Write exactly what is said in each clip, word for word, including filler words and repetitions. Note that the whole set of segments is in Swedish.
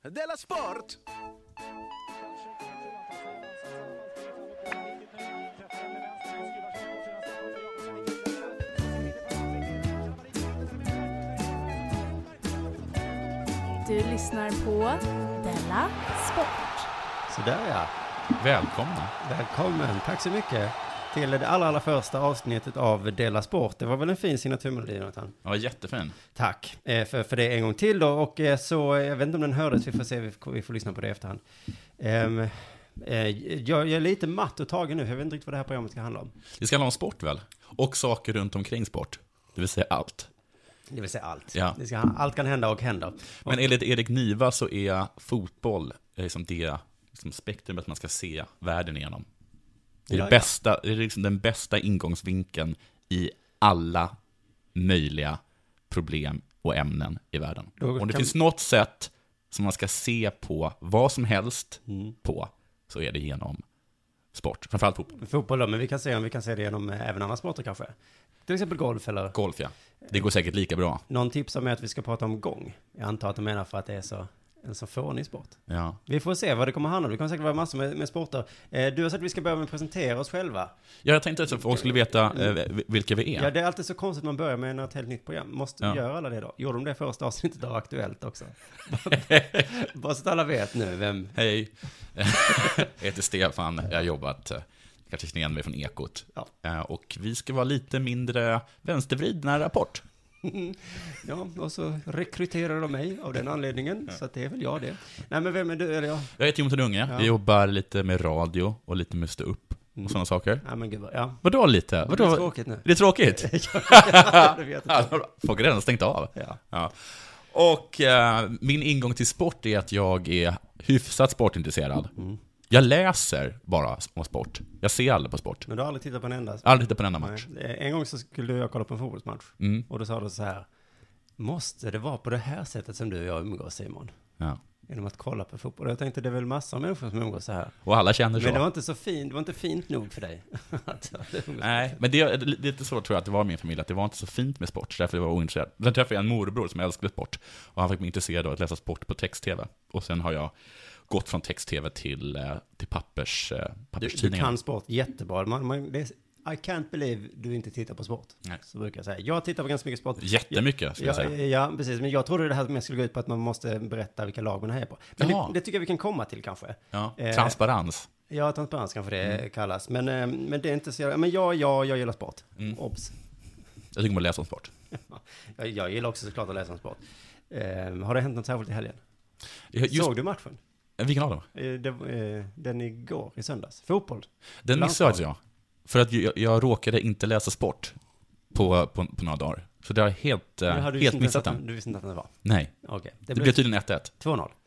Della Sport! Du lyssnar på Della Sport. Så där ja. Välkomna. Välkommen, tack så mycket till det allra, allra första avsnittet av Della Sport. Det var väl en fin signaturmelodi, Jonathan? Ja, jättefin. Tack eh, för, för det en gång till då. Och eh, så, jag vet inte om den hördes, vi får se, vi får, vi får lyssna på det i efterhand. Um, eh, jag, jag är lite matt och tagen nu, jag vet inte riktigt vad det här programmet ska handla om. Det ska handla om sport väl? Och saker runt omkring sport. Det vill säga allt. Det vill säga allt. Ja. Det ska, allt kan hända och hända. Och, Men enligt Erik Niva så är fotboll liksom det liksom spektrumet man ska se världen igenom. Det är, Ja, det bästa, det är liksom den bästa ingångsvinkeln i alla möjliga problem och ämnen i världen. Då Om det kan- finns något sätt som man ska se på vad som helst Mm. på, så är det genom sport. Framförallt fotboll. Fotboll då, men vi kan se om vi kan se det genom eh, även andra sporter kanske. Till exempel golf eller Golf, ja. Det går säkert lika bra. någon tips om är att vi ska prata om gång. Jag antar att de menar för att det är så en så fånig sport. Ja. Vi får se vad det kommer handla om. Det kommer säkert vara massor med, med sporter. Eh, du har sagt att vi ska börja med att presentera oss själva. Ja, jag tänkte att folk skulle veta eh, vilka vi är. Ja, det är alltid så konstigt att man börjar med ett helt nytt program. Måste vi Ja. göra alla det då? Gjorde de det första avsnittet av Aktuellt också? Bara så att alla vet nu vem... Hej, jag heter Stefan, jag har jobbat, eh, kanske känner igen mig från Ekot. Ja. Eh, Och vi ska vara lite mindre vänstervridna Rapport. Ja, och så rekryterar de mig av den anledningen. Så att det är väl jag det. Nej, men vem är du? Eller jag? Jag heter Jonathan Unge, Ja. jag jobbar lite med radio och lite med stå upp och sådana saker. Ja, men gud, vad- ja. Vadå lite? Det är Vadå? tråkigt nu. Det är tråkigt? Ja, det vet jag. Ja, folk har redan stängt av. Ja. Ja. Och eh, min ingång till sport är att jag är hyfsat sportintresserad. Mm. Jag läser bara om sport. Jag ser aldrig på sport. Men du har aldrig tittat på en enda? Jag har aldrig tittat på en enda match. Nej. En gång så skulle jag kolla på en fotbollsmatch. Mm. Och då sa du så här: måste det vara på det här sättet som du och jag umgås, Simon? Ja. Genom att kolla på fotboll. Och jag tänkte, det är väl massor av människor som umgås så här. Och alla känner så. Men det var inte så fint, det var inte fint nog för dig. Nej, men det är lite så tror jag att det var i min familj, att det var inte så fint med sport, så därför jag var ointresserad. Sen träffade jag en morbror som älskade sport, och han fick mig intresserad av att läsa sport på text-tv. Och sen har jag gått från text-tv till, eh, till pappers, eh, Du, du papperstidningar. kan sport jättebra. Man, man, det är, I can't believe du inte tittar på sport. Nej. Så brukar jag säga. Jag tittar på ganska mycket sport. Jättemycket, skulle jag Ja, säga. ja, precis. Men jag trodde det här mest skulle gå ut på att man måste berätta vilka lag man hejar på. Men det, Jaha. det tycker jag vi kan komma till kanske. Ja. Eh, Transparens. Ja, transparens kanske det Mm. kallas. Men, eh, men det är inte så... Men ja, ja, jag gillar sport. Mm. Obs. Jag tycker man läser om sport. jag, jag gillar också såklart att läsa om sport. Eh, har det hänt något särskilt i helgen? Just, Såg du matchen? vilken av dem? Eh, det, eh, den igår, i söndags. Fotboll. Den Landslag. missade jag. För att jag, jag råkade inte läsa sport på, på, på några dagar. Så det har helt, eh, Men hade du helt visste missat inte att- den. Du visste inte att den var? Nej, Okej. det blev tydligen ett ett. två noll.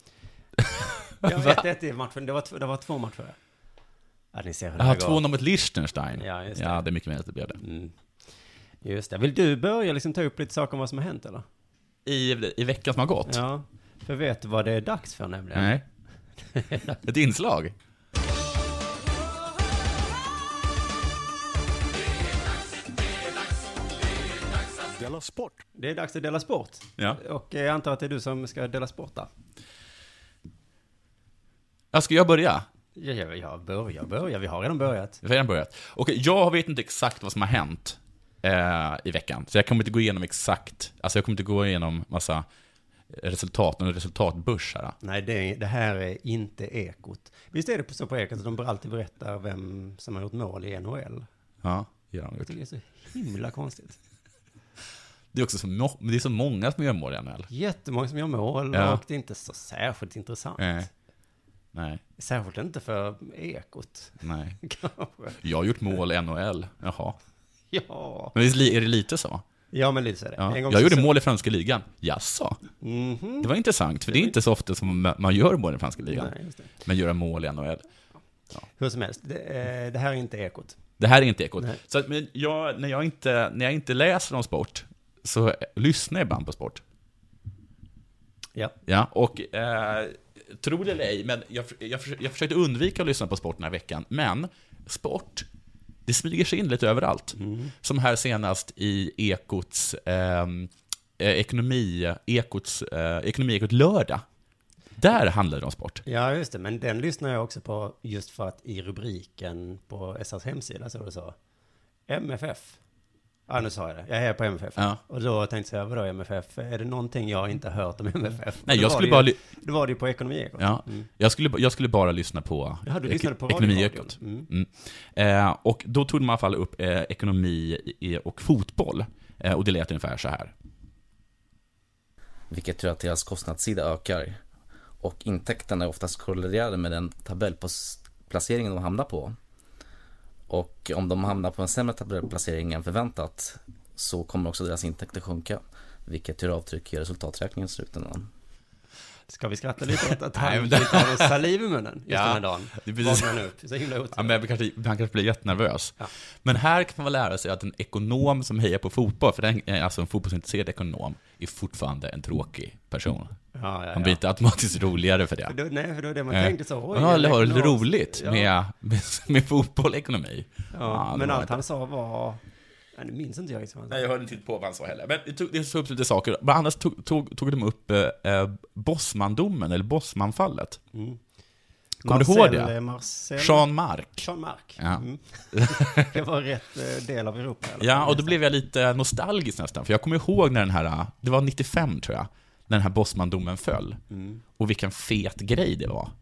Ja, ett ett i matchen. Det var, t- det var två matcher. Ja, ni ser hur det Jaha, går. två noll mot Liechtenstein. Ja, just det. Ja, det är mycket mer att det blev det. Mm. Just det. Vill du börja liksom ta upp lite saker om vad som har hänt, eller? I, I veckan som har gått? Ja. För vet du vad det är dags för nämligen? Nej. Ett inslag? Della Sport! Det är dags att dela sport. Ja. Och jag antar att det är du som ska dela sport där. Ja, ska jag börja? Ja, ja, ja, börja, börja. Vi har redan börjat. Vi har redan börjat. Okej, jag vet inte exakt vad som har hänt eh, i veckan. Så jag kommer inte gå igenom exakt, alltså jag kommer inte gå igenom massa resultat, en resultatbörs här. Nej, det, det här är inte Ekot. Visst är det på så på Ekot att de alltid berättar vem som har gjort mål i N H L? Ja, ja. Jag tycker det är så himla konstigt. Det är också så, må- det är så många som gör mål i N H L. Jättemånga som gör mål Ja. och det är inte så särskilt intressant. Nej. Nej, Särskilt inte för Ekot. nej. Kanske. Jag har gjort mål i N H L, jaha. Ja. Men är det lite så? Ja, men lite så är det. Ja. En gång Jag så- gjorde mål i franska ligan. Jaså? Mhm. Det var intressant, för det är inte så ofta som man gör mål i franska ligan. Nej, just det. Men göra mål i N H L. Hur som helst, det, eh, det här är inte Ekot. Det här är inte Ekot. Nej. Så att, men jag, när, jag inte, när jag inte läser om sport så lyssnar jag ibland på sport. Ja. Ja, och eh, tro det eller ej, men jag, jag, jag försökte undvika att lyssna på sport den här veckan. Men sport, det smyger sig in lite överallt. Mm. Som här senast i Ekots eh, ekonomi, Ekots, eh, ekonomi Ekot lördag. Där handlar det om sport. Ja, just det. Men den lyssnar jag också på just för att i rubriken på S R:s hemsida så det så. M F F. Ja, nu sa jag det. Jag är på M F F. Ja. Och då tänkte jag, vadå M F F? Är det någonting jag inte har hört om M F F? Nej, då jag var skulle det bara... Ju, Ly- då var det ju på Ekonomi. ja, mm. jag, skulle, jag skulle bara lyssna på, Jaha, du lyssnade på Ekonomiekot. mm. Mm. Eh, och då tog man i alla fall upp eh, ekonomi i, och fotboll. Eh, och det lät ungefär så här. Vilket gör att deras kostnadssida ökar. Och intäkterna är oftast korrelerade med den tabellplaceringen de hamnar på. Och om de hamnar på en sämre tabellplacering än förväntat så kommer också deras intäkter sjunka. Vilket gör avtryck i resultaträkningen i slutändan. Ska vi skratta lite åt att han Nej, men lite har saliv i munnen just Ja, den här dagen? det är precis- Vaknar upp, så himla otur. Ja, men kanske, han kanske blir jättenervös. Ja. Men här kan man lära sig att en ekonom som hejar på fotboll, för den är alltså en fotbollsintresserad ekonom, är fortfarande en tråkig person. Ja, ja, Han blir ja. inte automatiskt roligare för det. För då, nej, för då är det man Eh, tänkte så. Oj, Ja, en det var ekonom. roligt Ja. med, med, med fotboll och ekonomi. Ja, Ja, men det var allt inte- han sa var... Nej, nu minns inte jag riktigt vad han sa. Nej, jag hörde inte på vad han sa heller. Men det tog, det tog upp lite saker. Men annars tog, tog, tog de upp eh, Bosmandomen, eller Bosmanfallet. Mm. Kommer du ihåg det? det? Marcel... Jean Marc. Jean Marc. Ja. Mm. Det var rätt eh, del av Europa. Eller? Ja, och då blev jag lite nostalgisk nästan. För jag kommer ihåg när den här, det var nittiofem tror jag, när den här Bosmandomen föll. Mm. Och vilken fet grej det var.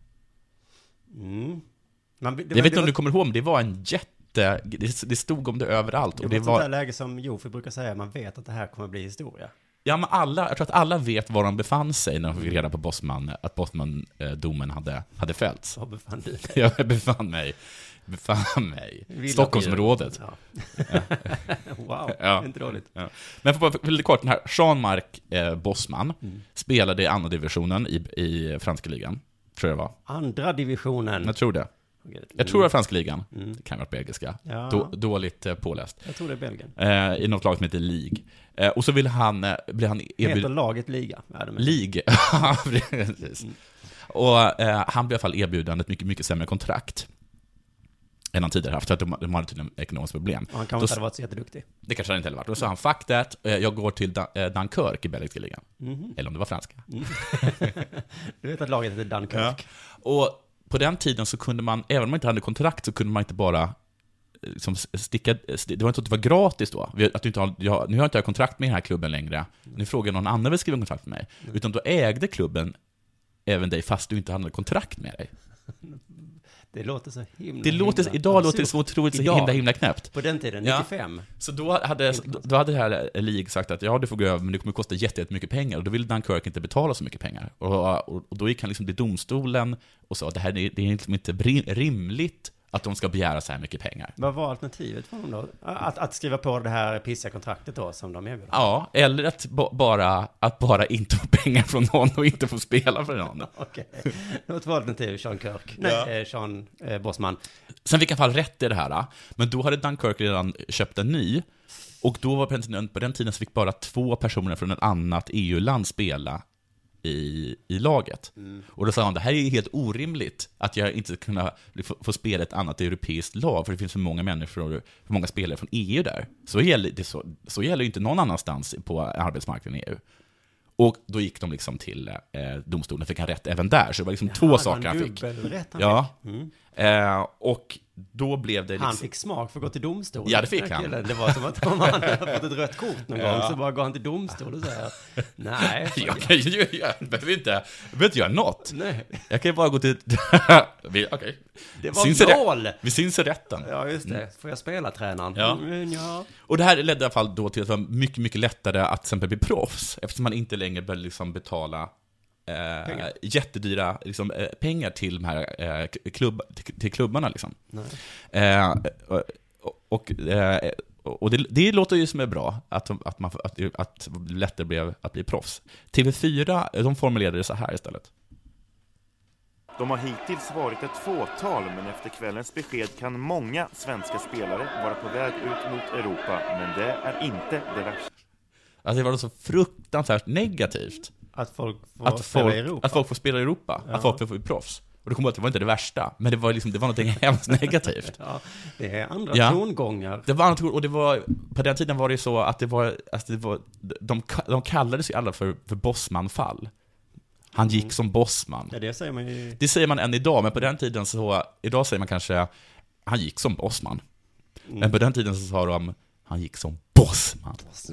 Mm. Man, det, Jag var- vet inte det om var, du kommer ihåg, men det var en jätte... Det, det stod om det överallt. det Och var det ett sånt där var... läge som Jofi brukar säga, man vet att det här kommer bli historia. Ja, men alla, jag tror att alla vet var de befann sig när de fick reda på Bosman, att Bosman-domen hade, hade fällts. Så befann du dig. Jag befann mig, befann mig i Villa Stockholmsområdet. Ja. Wow, Ja. inte dåligt. Ja. Men för bara för lite kort, den här Jean-Marc eh, Bosman Mm. spelade i andra divisionen i, i franska ligan, tror jag det var. Andra divisionen. Jag tror det. Åh, Gud. Jag tror det var franska ligan. Mm. Det kan ha varit belgiska. Ja. Då, dåligt eh, påläst. Jag tror det är Belgien. Eh, I något lag som heter League. Eh, och så ville han, eh, blev han Heter erbjuden... laget liga? Ja, de är- League. Ja, precis. Mm. Och eh, han blev i alla fall erbjuden ett mycket, mycket sämre kontrakt än han tidigare haft, för att de, de hade tydligen ekonomiska problem. Och han kanske Då- inte hade varit så jätteduktig. Det kanske han inte heller varit. Då sa han, fuck that, eh, jag går till Dan- eh, Dunkirk i belgiska ligan. Mhm. Eller om det var franska. Mm. Du vet att laget heter Dunkirk. Och på den tiden så kunde man, även om man inte hade kontrakt, så kunde man inte bara eh, liksom sticka, st- det var inte så att det var gratis då. Vi- Att du inte har, jag, nu har jag inte jag kontrakt med den här klubben längre. Nu frågar någon annan vill skriva kontrakt med mig. Utan då ägde klubben även dig fast du inte hade kontrakt med dig. Det låter så himla Det låter, himla idag låter det absurt. så otroligt så Idag. himla himla knäppt. På den tiden, Ja. nittiofem. Så då hade, då hade det här League sagt att ja, du får gå över, men det kommer kosta jättemycket pengar. Och då ville Dunkirk inte betala så mycket pengar. Och, och, och då gick han liksom till domstolen och sa att det här det är liksom inte bri- rimligt att de ska begära så här mycket pengar. Vad var alternativet för dem då? Att, att skriva på det här pissiga kontraktet då som de erbjöd? Ja, eller att ba- bara, att bara inte få pengar från någon och inte få spela för någon. Okej, det var två alternativ, Sean Kirk. Nej, Ja. eh, Sean eh, Bosman. Sen fick han fall rätt i det här, men då hade Dunkirk redan köpt en ny. Och då var på den tiden, på den tiden så fick bara två personer från ett annat E U-land spela i, i laget. Mm. Och då sa han, det här är helt orimligt att jag inte ska kunna få, få spela ett annat europeiskt lag, för det finns för många människor, för många spelare från E U där. Så gäller det så, så gäller ju inte någon annanstans på arbetsmarknaden i E U. Och då gick de liksom till eh, domstolen, fick han rätt även där. Så det var liksom två saker han fick. Dubbelrätt han Ja. fick. Mm. Eh, och då blev det liksom... Han fick smak för att gå till domstol. Ja, det fick Den här han. killen. Det var som att om han hade fått ett rött kort någon Ja. gång så bara går han till domstol och säger nej. Jag kan ju, jag behöver inte, jag behöver inte göra något. Nej, Jag kan ju bara gå till... Vi- Okej. det var Syns i rä- mål! Vi syns i rätten. Ja, just det. Får jag spela tränaren? Ja. Mm, ja. Och det här ledde i alla fall då till att det var mycket, mycket lättare att till exempel bli proffs, eftersom man inte längre behövde liksom betala eh, Pengar. jättedyra liksom, eh, pengar till de här eh, klubb, till, till klubbarna liksom. Nej. Eh, och och, eh, och det, det låter ju som är bra, att, att, man, att, att det lättare blev att bli proffs. T V fyra, de formulerade det så här istället. De har hittills varit ett fåtal, men efter kvällens besked kan många svenska spelare vara på väg ut mot Europa, men det är inte det värsta. Alltså det var så fruktansvärt negativt Att folk får att spela folk, i Europa. att folk får spela i Europa, Ja. att folk får bli proffs. Och det kommer att det var inte det värsta, men det var liksom, det var någonting hemskt negativt. Ja, det är andra Ja. tongångar. Det var annat, och det var, på den tiden var det så att det var, alltså det var de, de kallades ju alla för, för Bosman-fall. Han gick som bossman. Ja, det säger man ju. Det säger man än idag, men på den tiden så, idag säger man kanske, han gick som bossman. Mm. Men på den tiden så sa de, han gick som bossman.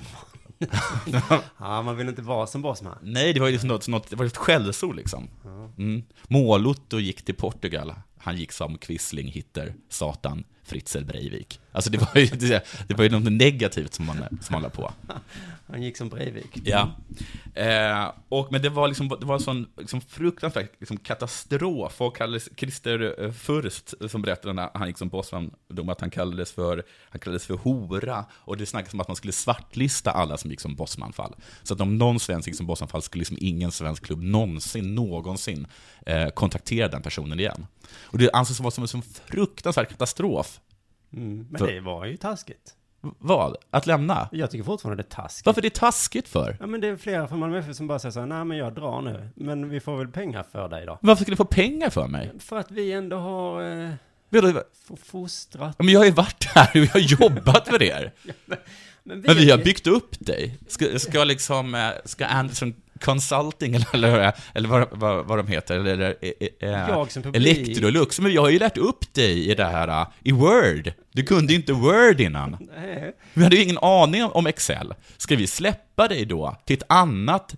Ja, man vill inte vara som bossman. Nej, det var ju liksom något, något, det var ett skällsord liksom. Mm. Målotto gick till Portugal. Han gick som Quisling, Hitler, Satan, Fritzl, Breivik. Alltså det var ju, det, det var ju något negativt som man, som man la på. Han gick som Breivik. Ja. Eh, och, men det var liksom, det var en sån liksom fruktansvärd liksom katastrof. Folk kallades Christer Furst, som berättade när han gick som bossman, att han kallades för, han kallades för hora. Och det snackades om att man skulle svartlista alla som gick som bossmanfall. Så att om någon svensk gick som bossmanfall skulle liksom ingen svensk klubb någonsin, någonsin eh, kontaktera den personen igen. Och det ansågs vara som en sån fruktansvärd katastrof. Mm, men för, det var ju taskigt. Vad? Att lämna? Jag tycker fortfarande det är taskigt. Varför är det taskigt för? Ja, men det är flera från Malmö F F som bara säger så här, nej men jag drar nu. Men vi får väl pengar för dig då. Varför skulle du få pengar för mig? För att vi ändå har eh, du, fostrat. Men jag har ju varit här och vi har jobbat för er. Ja, men, men, vi, men vi har byggt upp dig. Ska, ska liksom, ska Anderson Consulting eller, eller vad, vad, vad de heter eller äh, jag som publik. Electrolux, men jag har ju lärt upp dig i det här i Word. Du kunde inte Word innan. Nej. Vi hade ju ingen aning om Excel. Ska vi släppa dig då till ett annat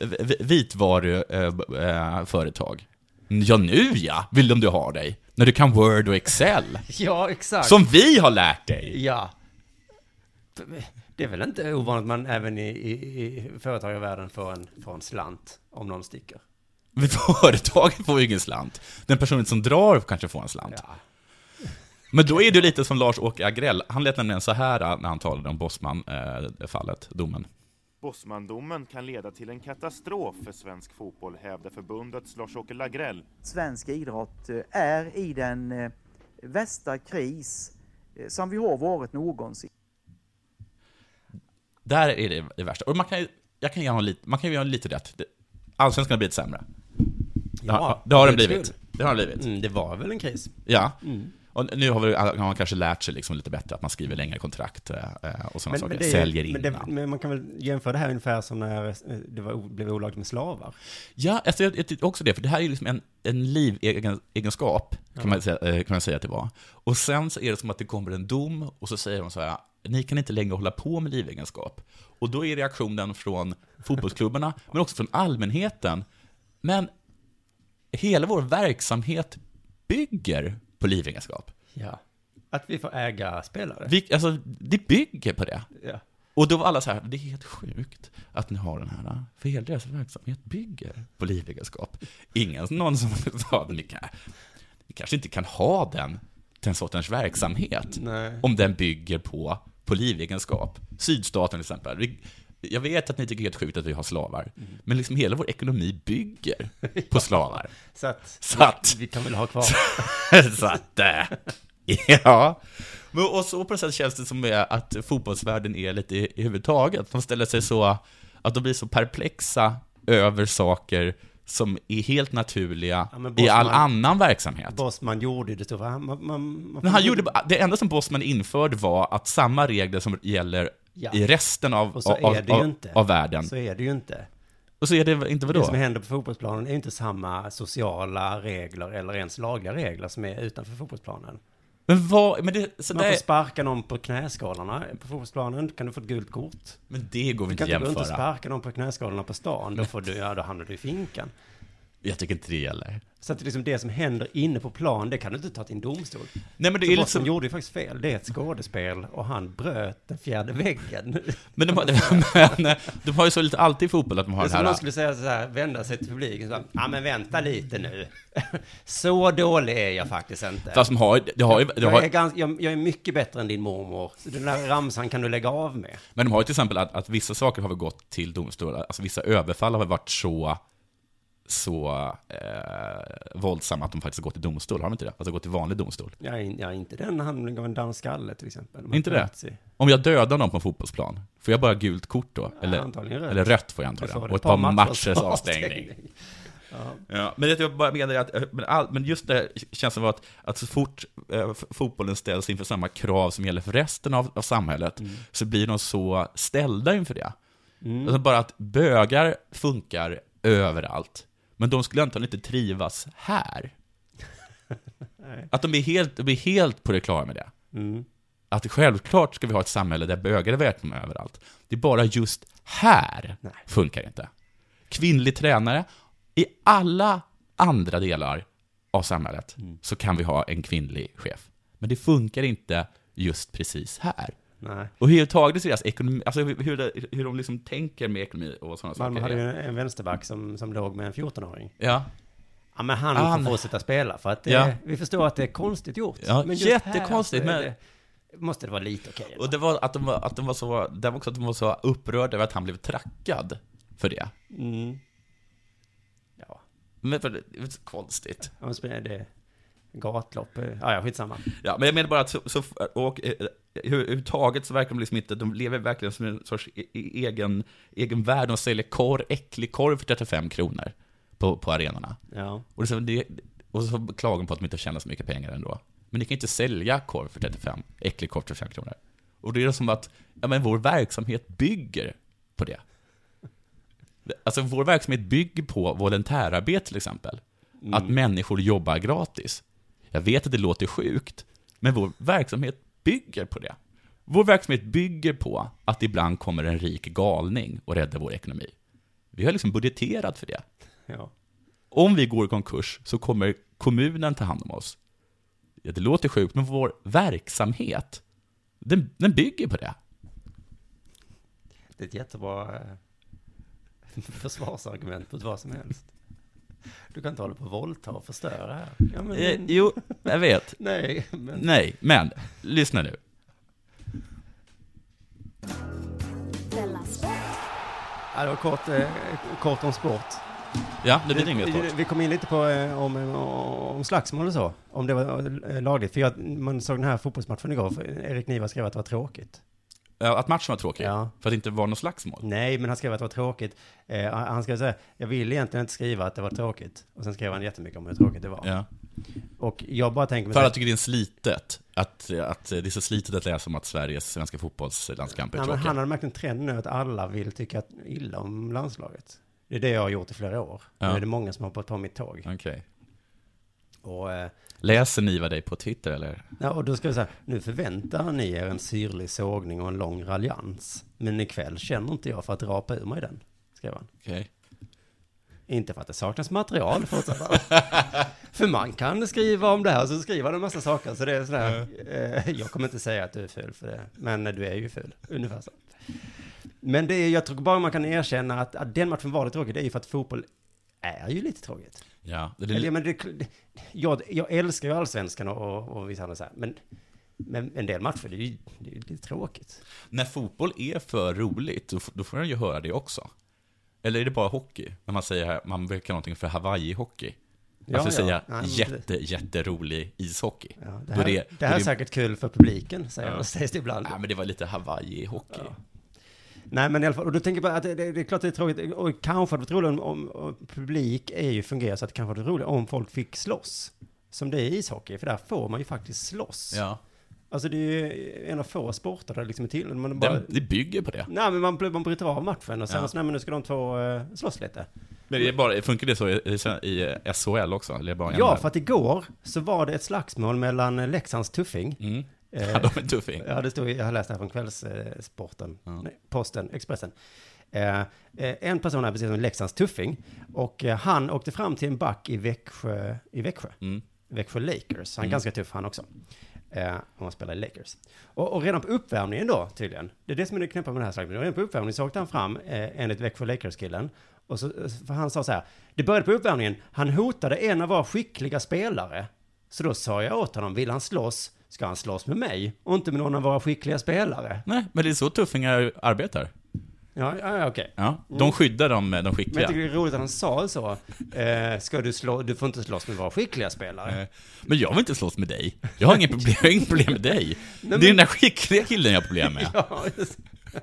vitvaruföretag? Ja, nu ja, vill de du ha dig. När du kan Word och Excel. Ja, exakt. Som vi har lärt dig. Ja. Det är väl inte ovanligt man även i, i, i företagarvärlden får en, får en slant om någon sticker. Men företaget får ju ingen slant. Den personen som drar kanske får en slant. Ja. Men då är det lite som Lars-Åke Agrell. Han lät nämligen så här när han talade om Bosman-fallet, domen. Bosman-domen kan leda till en katastrof för svensk fotboll, hävdar förbundets Lars-Åke Lagrell. Svensk idrott är i den värsta kris som vi har varit någonsin. Där är det det värsta. Och man kan, jag kan ge honom lite, man kan ge honom lite rätt. Allsvenskan har blivit sämre. Ja, det har det blivit. Det har det blivit. Mm, det var väl en kris. Ja. Mm. Och nu har, vi, har man kanske lärt sig liksom lite bättre att man skriver längre kontrakt och sådana saker. Men det, Säljer innan. Men, det, men man kan väl jämföra det här ungefär som när det var, blev olagligt med slavar. Ja, alltså jag, jag tycker också det. För det här är ju liksom en, en livegenskap, kan, ja. man säga, kan man säga att det var. Och sen så är det som att det kommer en dom och så säger de så här: ni kan inte längre hålla på med livegenskap. Och då är reaktionen från fotbollsklubbarna, men också från allmänheten. Men hela vår verksamhet bygger på livegenskap. Ja. Att vi får äga spelare. Vi, alltså, det bygger på det. Ja. Och då var alla så här, det är helt sjukt att ni har den här, för hela deras verksamhet bygger på livegenskap. Ingen, någon som sa att ni, kan, ni kanske inte kan ha den, den sortens verksamhet. Nej. Om den bygger på, på livegenskap. Sydstaten till exempel. Vi, jag vet att ni tycker det är helt sjukt att vi har slavar. Mm. Men liksom hela vår ekonomi bygger på slavar. Så att, så att vi, vi kan väl ha kvar. Så att, ja. Men, och så på det sättet känns det som att fotbollsvärlden är lite i, i huvudtaget. De ställer sig så, att de blir så perplexa över saker som är helt naturliga ja, Bosman, i all annan verksamhet. Bosman gjorde det så. Man, man, man men han gjorde, det enda som Bosman införde var att samma regler som gäller ja. i resten av, av, av, av världen. Så är det ju inte. Och så är det inte vadå? Det som händer på fotbollsplanen är inte samma sociala regler eller ens lagliga regler som är utanför fotbollsplanen. Men vad, men det, så man det... får sparka någon på knäskålarna på fotbollsplanen, kan du få ett gult kort. Men det går vi inte jämföra. Du kan inte inte sparka någon på knäskålarna på stan, då, får du, ja, då hamnar du i finkan. Jag tycker inte det gäller. Så att liksom det som händer inne på plan, det kan du inte ta till en domstol. Nej, men det så är Bosman liksom... gjorde ju faktiskt fel. Det är ett skådespel och han bröt den fjärde väggen. Men de har, men, de har ju så lite alltid i fotboll att de har det den här... Det som skulle säga så här, vända sig till publiken så ja men vänta lite nu. Så dålig är jag faktiskt inte. Fast de har, det har, det har... Jag, är ganska, jag, jag är mycket bättre än din mormor. Så den där ramsan kan du lägga av med. Men de har ju till exempel att, att vissa saker har väl gått till domstol. Alltså vissa överfall har väl varit så... så eh, våldsamma att de faktiskt gått till domstol, har de inte det? Alltså gått till vanlig domstol. Ja, in, ja inte den handlingen av en danskalle till exempel. Man inte det? Sig. Om jag dödar någon på en fotbollsplan, får jag bara gult kort då? Ja, eller, rött. eller rött får jag antagligen. Och ett par matchers avstängning. avstängning. Ja. Ja, men det jag bara menar att men, all, men just det känns som att, att så fort eh, fotbollen ställs inför samma krav som gäller för resten av, av samhället mm. så blir de så ställda inför det. Mm. Alltså bara att bögar funkar överallt. Men de skulle antagligen inte trivas här. Att de är helt, de är helt på det klara med det. Mm. Att självklart ska vi ha ett samhälle där bögar är välkomna överallt. Det är bara just här Nej. funkar inte. Kvinnlig tränare, i alla andra delar av samhället Mm. så kan vi ha en kvinnlig chef. Men det funkar inte just precis här. Nej. Och hur taget deras ekonomi, alltså hur, det, hur de liksom tänker med ekonomi och sådana Malmö saker. hade ju en vänsterback som, som låg med en fjortonåring. Ja. Ja, men han Han- får fortsätta spela för att det, Ja. vi förstår att det är konstigt gjort. Ja, men just jättekonstigt, här så är men- det, måste det vara lite okej. Och det var att de var, att de var så, det var också att de var så upprörda över att han blev trackad för det. Mm. Ja, Men för det det är så konstigt. han spelar det gatlopp. Ja, ja, skitsamma. Ja, men jag menar bara att så, så, och, eh, hur- överhuvudtaget så verkar de liksom inte, de lever verkligen som en sorts e- e- egen, egen värld. De säljer korv, äcklig korv för trettiofem kronor på, på arenorna. Ja. Och, det, så- det, och så klagar de på att de inte tjänar så mycket pengar ändå. Men ni kan inte sälja korv för trettiofem, äcklig korv för trettiofem kronor. Och det är som att, ja men vår verksamhet bygger på det. Alltså vår verksamhet bygger på volontärarbete till exempel. Mm. Att människor jobbar gratis. Jag vet att det låter sjukt, men vår verksamhet bygger på det. Vår verksamhet bygger på att ibland kommer en rik galning och räddar vår ekonomi. Vi har liksom budgeterat för det. Ja. Om vi går i konkurs så kommer kommunen ta hand om oss. Ja, det låter sjukt, men vår verksamhet, den, den bygger på det. Det är ett jättebra eh, försvarsargument mot vad som helst. Du kan inte hålla på och våldta och förstöra här. Ja, men, Eh, jo, jag vet. nej, men... Nej, men lyssna nu. Della Sport. Ja, det var kort, eh, kort om sport. Ja, det blir inget vi, sport. vi kom in lite på eh, om, om slagsmål och så. Om det var eh, lagligt. För jag, man såg den här fotbollsmatchen igår. För Erik Niva skrev att det var tråkigt. Ja, att matchen var tråkig. Ja. För att det inte var något slagsmål. Nej, men han skrev att det var tråkigt. Eh, han skrev säga, jag vill egentligen inte skriva att det var tråkigt. Och sen skrev han jättemycket om hur tråkigt det var. Ja. Och jag bara tänker mig... För alla tycker det är slitet. Att, att det är så slitet att läsa om att Sveriges svenska fotbollslandskamp är Nej, men tråkiga. han har märkt en trend nu att alla vill tycka illa om landslaget. Det är det jag har gjort i flera år. Ja. Nu är det många som har hoppat på mitt tåg. Okej. Och, eh, Läser ni vad dig på Twitter eller? ja, och då ska vi säga, nu förväntar ni er en syrlig sågning och en lång raljans. Men ikväll känner inte jag för att rapa ur mig den, skrev han. Okej. Inte för att det saknas material, fortsatte han. För man kan skriva om det här, så skriver han en massa saker. Så det är sådär, eh, jag kommer inte säga att du är ful för det, men du är ju ful, ungefär så. Men det är, jag tror bara man kan erkänna att, att den matchen var det tråkigt, det är ju för att fotboll är ju lite tråkigt. Ja, det Eller, är, men det, det, jag, jag älskar ju allsvenskan och, och, och vissa andra så här, men, men en del matcher, det är ju det är ju lite tråkigt. när fotboll är för roligt, då, f- då får man ju höra det också. Eller är det bara hockey? När man säger här, man brukar någonting för Hawaii-hockey. Ja, alltså ja. säga Nej, men jätte, jätterolig ishockey. Ja, det Då här, är det, då här är det- säkert kul för publiken, säger Ja. ja. sägs det ibland. Ja, men det var lite Hawaii-hockey. Ja. Nej, men i alla fall, och då tänker jag bara att det, det, det är klart det är tråkigt, och kanske hade varit roligt om, om, om publik är ju fungerar så att det kanske hade varit roligt om folk fick slåss. Som det är i ishockey, för där får man ju faktiskt slåss. Ja. Alltså det är ju en av få sporter där det liksom är till. Man bara, Det, det bygger på det. nej, men man, man bryter av matchen och sen Ja. så, nej, men nu ska de två uh, slåss lite. Men det är bara, funkar det så i, i, i S H L också? Eller är det bara Ja, N H L? för att igår så var det ett slagsmål mellan eh, Leksands Tuffing. Mm. Eh, Ja, de är tuffing. Ja, det stod, jag har läst det här från Kvällssporten, Ja. nej, Posten, Expressen. Eh, eh, en person är precis som Leksands Tuffing, och eh, han åkte fram till en back i Växjö, i Växjö, Mm. Växjö Lakers. Han är Mm. ganska tuff han också. Eh, om man spelar i Lakers. Och, och redan på uppvärmningen då, tydligen, det är det som är det knäppa med det här slaget. Redan på uppvärmningen så åkte han fram, eh, enligt Växjö Lakers-killen, och så, för han sa så här, det började på uppvärmningen, han hotade en av våra skickliga spelare. Så då sa jag åt honom, vill han slåss, ska han slåss med mig och inte med någon av våra skickliga spelare. Nej, men det är så tuffingar arbetar. Ja, ja, ja, okej. Ja, de Mm. skyddar de, de Men jag skickliga. tycker det är roligt att han sa så. Eh, ska du slå, du får inte slåss med våra skickliga spelare. Eh, Men jag vill inte slåss med dig. Jag har inget problem, jag har inget problem med dig. Nej, Det är men- den där skickliga killen jag har problem med. Ja, just.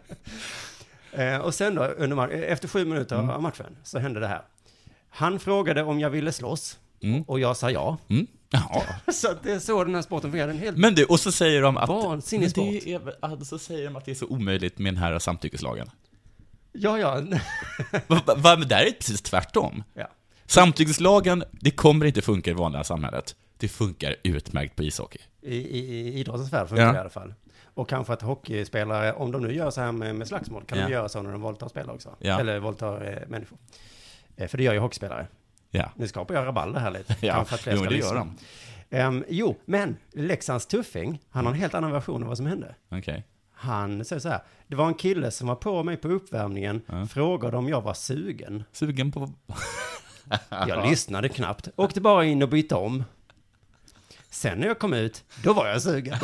eh, och sen då, under mar- efter sju minuter Mm. av matchen, så hände det här. Han frågade om jag ville slåss, Mm. och jag sa ja. Mm. Ja. Så att det är så den här sporten fungerar. En helt... Men du, och så säger de att... Vansinnig men sport. det är, väl- så säger de att det är så omöjligt med den här samtyckeslagen. Ja, ja. Va, va, men där är det precis tvärtom. ja. Samtyckeslagen, det kommer inte funka i vanliga samhället. Det funkar utmärkt på ishockey. I, i, i idrottens värld funkar Ja. det i alla fall. Och kanske att hockeyspelare, om de nu gör så här med, med slagsmål, kan Ja. de göra så när de våldtar spelare också. Ja. Eller våldtar eh, människor. Eh, för det gör ju hockeyspelare. Ja, Nu skapar jag rabalder här lite. ja. Kanske att fler Jo, ska det gör lyssna. de. Um, jo, men Leksands tuffing, han har en helt annan version av vad som hände. Okej. Han säger så här, det var en kille som var på mig på uppvärmningen, Ja. frågade om jag var sugen. Sugen på... Jag lyssnade knappt, åkte bara in och bytte om. Sen när jag kom ut, då var jag sugen.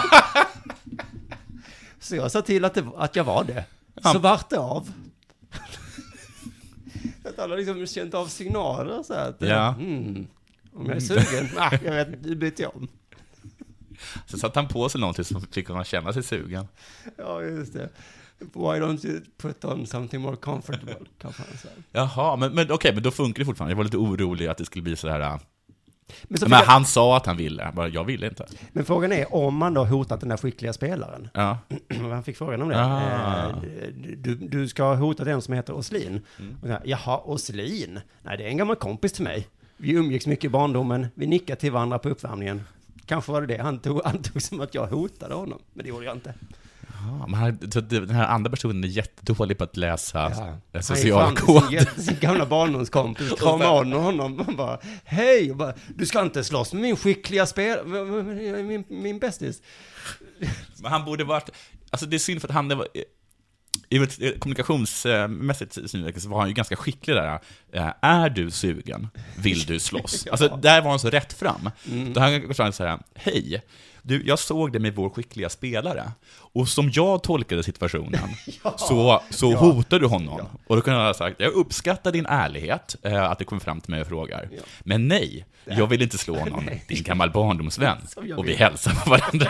Så jag sa till att, det, att jag var det. Så vart det av. Att alla liksom känt av signaler så här. Att, Ja. mm, om jag är sugen, ah, jag vet, du byter jag om. Så satt han på sig någonting som fick honom känna sig sugen. Ja, just det. Why don't you put on something more comfortable? Kanske han säger. Jaha, men, men okej, men då funkar det fortfarande. Jag var lite orolig att det skulle bli så här... äh, Men, så Men fick jag, han sa att han ville, bara jag ville inte. men frågan är om man då hotat den där skickliga spelaren. Ja. Han fick frågan om det. Ah. Eh, Du, du ska ha hotat den som heter Åslin. Mm. Och så här, jaha, Åslin? Nej, det är en gammal kompis till mig. Vi umgicks mycket i barndomen. Vi nickade till varandra på uppvärmningen. Kanske var det det han tog, antog som att jag hotade honom. Men det gjorde jag inte. Ja, men han, så det- den här andra personen är jättedålig på att läsa Ja. ja. Han sociala gick fram till sin, koder. jätte- sin gamla barndomskompis, kramade om honom och bara, hej, och bara, du ska inte slåss med min skickliga spel, min, min bästis. Men han borde varit... Alltså det är synd för att han... Det var, i ett kommunikationsmässigt synvinkel så var han ju ganska skicklig där. Eh, Är du sugen? Vill du slåss? Alltså där var han så rätt fram. Då han gått fram så här: hej, du, jag såg det med vår skickliga spelare. Och som jag tolkade situationen så, så Ja. hotar du honom. Ja. Och då kunde han ha sagt, jag uppskattar din ärlighet, eh, att du kommer fram till mig och frågar. Ja. Men nej, jag vill inte slå någon. Nej. Din gammal barndomsvän. Som jag Och vi vill. hälsar på varandra.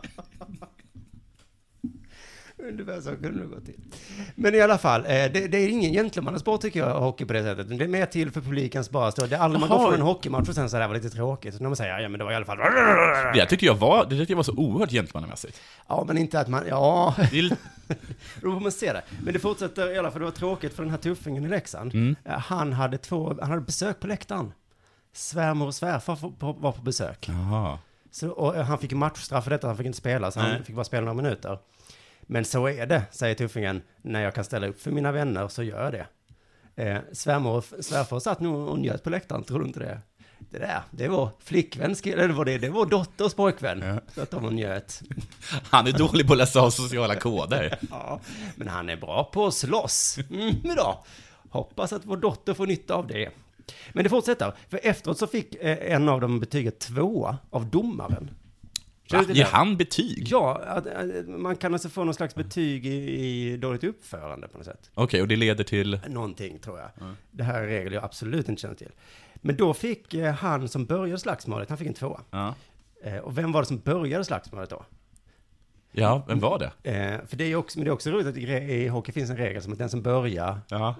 Ungefär så kunde det gå till. Men i alla fall, eh, det, det är ingen gentlemannasport tycker jag, hockey på det sättet. Det är mer till för publikens bara stå. Det är aldrig man Jaha. går från en hockeymatch och sen så här var lite tråkigt. Så när man säger, ja men det var i alla fall... Det tycker jag var, det tycker jag var så oerhört gentlemannamässigt. Ja, men inte att man, ja... Det är lite- Då får man se det. Men det fortsätter i alla fall, det var tråkigt för den här tuffingen i Leksand. Mm. Eh, Han hade två, han hade besök på läktaren. Svärmor och svärfar på- på- var på besök. Jaha. Så, och han fick ju matchstraff för detta, han fick inte spela, så han Nej. fick bara spela några minuter. Men så är det, säger tuffingen, när jag kan ställa upp för mina vänner så gör jag det. Eh, svärmor och svärfar satt nog och njöt på läktaren, tror du inte det? Det där, det var flickvän, eller det var det, det var dotters pojkvän. Ja. Så att de var njöt. Han är dålig på att läsa av sociala koder. Ja, men han är bra på att slåss. Mm, då. Hoppas att vår dotter får nytta av det. Men det fortsätter, för efteråt så fick eh, en av dem betyget tvåa av domaren. Va? det Ger där? han betyg? Ja, att, att man kan alltså få någon slags betyg i, i dåligt uppförande på något sätt. Okej, och det leder till... Någonting, tror jag. Det här är regler jag absolut inte känner till. Men då fick eh, han som började slagsmålet, han fick en tvåa. Ja, Eh, och vem var det som började slagsmålet då? ja vem var det? Eh, för det är ju också, men det är också roligt att i, i hockey finns en regel som att den som börjar... Ja.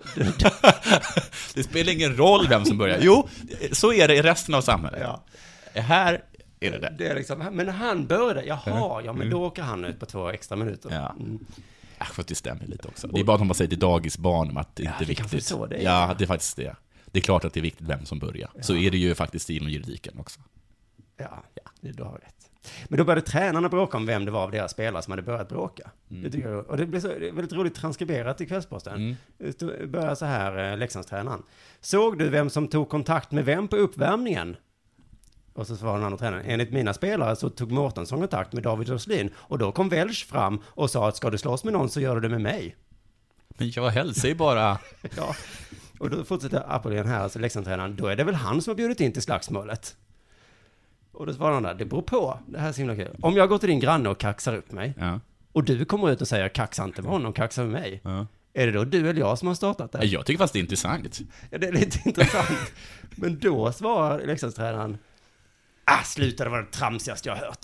Det spelar ingen roll vem som börjar. Jo, så är det i resten av samhället. Ja. Här är det det. Det är liksom, men han började, jaha, ja men då åker han ut på två extra minuter. Ja. Mm. Äh, för att det stämmer lite också. Det är bara att man säger till dagisbarn om att det Ja, inte är det kanske är viktigt. så det är. Ja, det är faktiskt det. Det är klart att det är viktigt vem som börjar. Så är det ju faktiskt inom juridiken också. Ja, det, du har rätt. Men då började tränarna bråka om vem det var av deras spelare som hade börjat bråka. Mm. Det tycker jag, och det blev så det är väldigt roligt transkriberat i Kvällsposten. Mm. Det börjar så här, eh, Leksandstränaren. Såg du vem som tog kontakt med vem på uppvärmningen? Och så svarade den andra tränaren. Enligt mina spelare så tog Mårtensson kontakt med David Åslin. Och då kom Welsh fram och sa att ska du slåss med någon så gör du det med mig. Men jag hälsar ju bara... Ja. Och då fortsätter Apollon här, alltså Leksandstränaren. Då är det väl han som har bjudit in till slagsmålet. Och då svarar han där, det beror på. Det här är så himla kul. Om jag går till din granne och kaxar upp mig. Ja. Och du kommer ut och säger, kaxa inte med honom, kaxa med mig. Ja. Är det då du eller jag som har startat det? Jag tycker fast det är intressant. Ja, det är lite intressant. Men då svarar Leksandstränaren, ah, sluta, det var det tramsigaste jag har hört.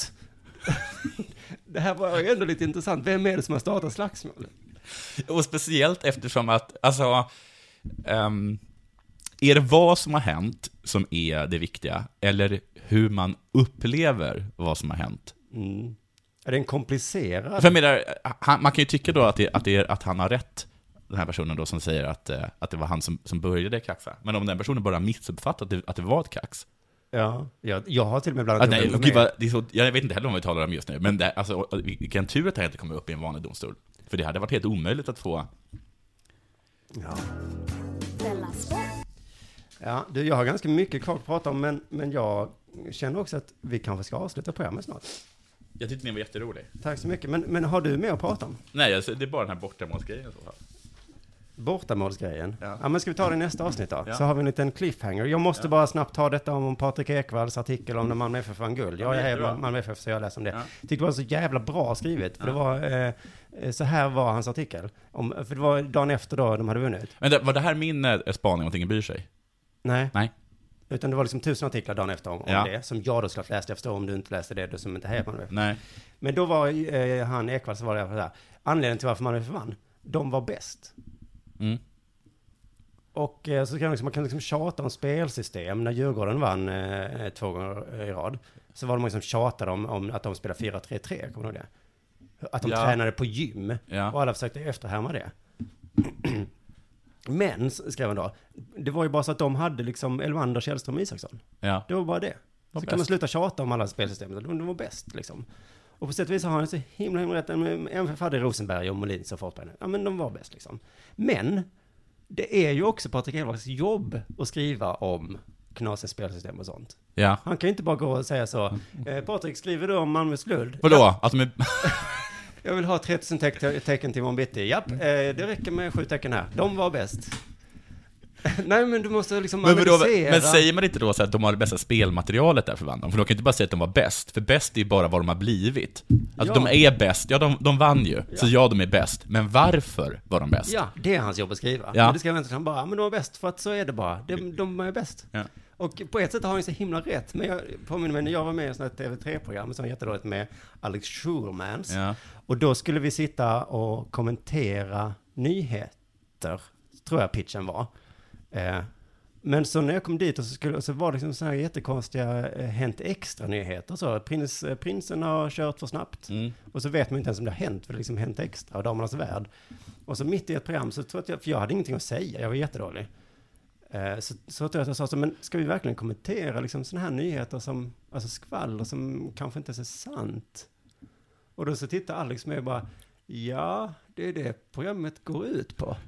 Det här var ju ändå lite intressant. Vem är det som har startat slagsmålet? Och speciellt eftersom att, alltså, um, är det vad som har hänt som är det viktiga, eller hur man upplever vad som har hänt? Mm. Är det en komplicerad... För jag menar, han, man kan ju tycka då att, det, att, det är, att han har rätt den här personen då som säger att, eh, att det var han som, som började kaxa. Men om den personen bara missuppfattat att det, att det var ett kax. Ja, jag, jag har till och med blandat Ah, upp nej, det gud, vad, det är så, jag vet inte heller om vi talar om just nu. Men det, alltså, vilken tur att det här inte kommer upp i en vanlig domstol. För det hade varit helt omöjligt att få... Ja. Della Sport. Ja, du, jag har ganska mycket kvar att prata om, men, men jag känner också att vi kanske ska avsluta programmet snart. Jag tyckte ni var jätterolig. Tack så mycket. Men, men har du mer att prata om? Nej, alltså, det är bara den här bortamålsgrejen. Så. Bortamålsgrejen? Ja. Ja, men ska vi ta det i nästa avsnitt då? Ja. Så har vi en liten cliffhanger. Jag måste Ja. bara snabbt ta detta om Patrik Ekvalls artikel om när Malmö F F vann guld. Jag är jättebra. här Malmö F F så jag läser om det. Ja. Tyckte det var så jävla bra skrivet. För Ja. det var, eh, så här var hans artikel. Om, för det var dagen efter då de hade vunnit. Men det, var det här min eh, spaning om att ingen bryr sig? Nej. Nej. Utan det var liksom tusen artiklar dagen efter om, om Ja. det. Som jag då skulle ha läst efter om du inte läste det. Du som inte hejar på Malmö F F. Nej. Men då var eh, han Ekvall så var det så här. Anledningen till varför Malmö F F vann. De var bäst. Mm. Och eh, så kan man, liksom, man kan liksom tjata om spelsystem. När Djurgården vann eh, två gånger i rad så var de liksom tjatade om, om att de spelade fyra tre tre, kommer du ihåg det? Att de Ja. tränade på gym. Ja. Och alla försökte efterhärma det. Men, skrev han då, det var ju bara så att de hade liksom Elvander, Källström och Isaksson. Ja. Det var bara det. Så bäst. kan man sluta tjata om alla spelsystem. De, de var bäst liksom. Och på sätt och vis har han så himla himla rätt. M F F hade Rosenberg och Molin så fort på henne. Ja, men de var bäst liksom. Men det är ju också Patrik Ekvalls jobb att skriva om knasiga spelsystem och sånt. Ja. Han kan ju inte bara gå och säga så. Eh, Patrik, skriver du om Malmös guld? Vadå? Ja, Att de är... jag vill ha tretusen te- tecken till imorgon bitti. Japp, eh, det räcker med sju tecken här. De var bäst. Nej, men du måste liksom Men, vadå, analysera. men säger man inte då så att de har det bästa spelmaterialet där för vann de? För de kan inte bara säga att de var bäst. För bäst är ju bara vad de har blivit. Alltså Ja. de är bäst. Ja, de, de vann ju. Ja. Så ja, de är bäst. Men varför var de bäst? Ja, det är hans jobb att skriva. Ja. Men det ska jag inte han bara, men de var bäst för att så är det bara. De, de är bäst. Ja. Och på ett sätt har han så himla rätt. Men jag påminner mig när jag var med i ett sånt här T V tre-program som var jättedåligt med Alex Schulmans. Ja. Och då skulle vi sitta och kommentera nyheter, tror jag pitchen var. Eh, men så när jag kom dit och så, skulle, och så var det liksom sådana här jättekonstiga eh, Hänt Extra-nyheter. Så prins, eh, prinsen har kört för snabbt. Mm. Och så vet man inte ens om det har hänt, för det liksom Hänt Extra och Damernas Värld. Och så mitt i ett program så tror jag, för jag hade ingenting att säga, jag var jättedålig. Eh, så, så tror jag att jag sa så, men ska vi verkligen kommentera liksom sådana här nyheter som, alltså skvaller som kanske inte är så sant? Och då så tittar Alex med och bara, ja, det är det programmet går ut på.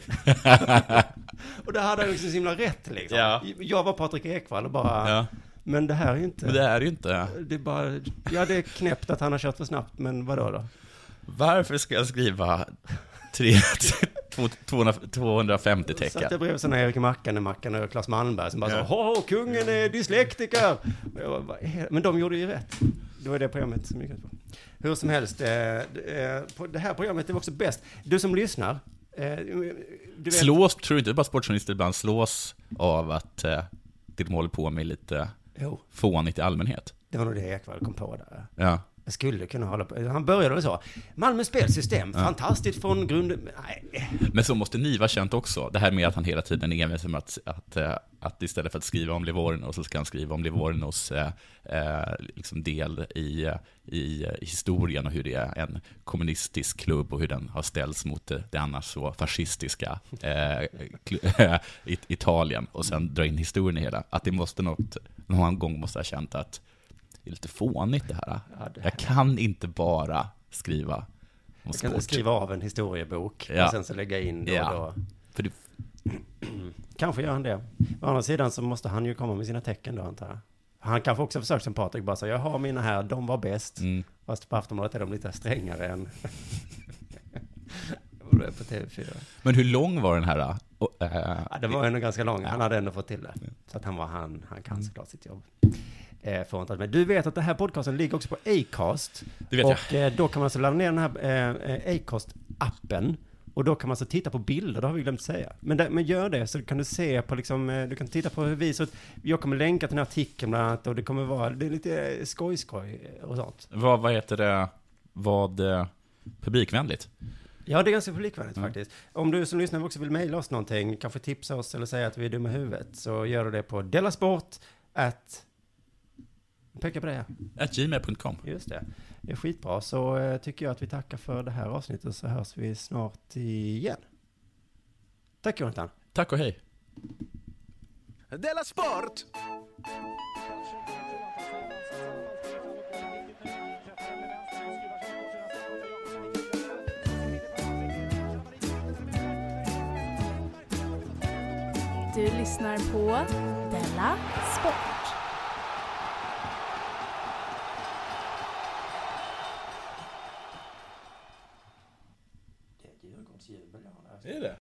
Och det hade han liksom så himla rätt liksom. Ja. Jag var Patrik Ekvall och bara, Ja. men det här är ju inte, Men det är ju inte... det är bara, ja det är knäppt att han har kört för snabbt, men vadå då? Varför ska jag skriva tre, två, tvåhundra, tvåhundrafemtio Satt tecken? jag bredvid sådana Erik Mackan, Mackan och Claes Malmberg som bara Ja. så, hå, kungen är dyslektiker! Och jag bara, men de gjorde ju rätt. Det var det programmet som gick ut på. Hur som helst, eh, eh, på det här programmet är också bäst. Du som lyssnar, eh, du vet, Slås, tror du inte bara sportjournalister ibland slås av att eh, det de håller på med lite jo, fånigt i allmänhet? det var nog det Ekvall kom på där. Ja. Jag skulle kunna hålla på. Han började väl så. Malmö spelsystem, Ja. fantastiskt från grund... Nej. Men så måste ni vara känt också. Det här med att han hela tiden är med som att, att, eh, att istället för att skriva om Livorno så ska han skriva om Livornos eh, eh, liksom del i, i, i historien och hur det är en kommunistisk klubb och hur den har ställts mot det, det annars så fascistiska eh, kl- Italien och sen dra in historien i hela. Att det måste något, någon gång måste ha känt att det är lite fånigt det här. Ja, det här. Jag kan inte bara skriva om Jag kan sport. skriva av en historiebok Ja. och sen så lägga in då Ja. och då. För det, Kanske gör han det. Å andra sidan så måste han ju komma med sina tecken då, antar jag. Han kanske också försökt som Patrik, bara säga jag har mina här, de var bäst. mm. Fast på Aftonbladet är de lite strängare än på T V fyra. Men hur lång var den här? Och, äh, Ja, det var ändå ganska lång. Han hade ändå fått till det. Så att han var han, han kan såklart sitt jobb. Eh, får inte. Men du vet att den här podcasten ligger också på Acast. Det vet och eh, då kan man alltså ladda ner den här eh, Acast-appen. Och då kan man alltså titta på bilder, det har vi glömt säga. Men, där, men gör det, så kan du se på liksom, eh, du kan titta på hur vi så att jag kommer länka till den här artikeln bland annat, och det kommer vara, det är lite skoj-skoj och sånt. vad, vad heter det? Vad eh, publikvänligt? Ja, det är ganska publikvänligt Mm. faktiskt. Om du som lyssnar också vill mejla oss någonting, kanske tipsa oss eller säga att vi är dumma i huvudet, så gör du det på delasport at peka på det. at gmail punkt com. Just det. Det är skitbra. Så eh, tycker jag att vi tackar för det här avsnittet, så hörs vi snart igen. Tack Jonathan. Tack och hej. Della Sport! Du lyssnar på Della Sport. Det är Djurgårdsjubel jag har där. Är det?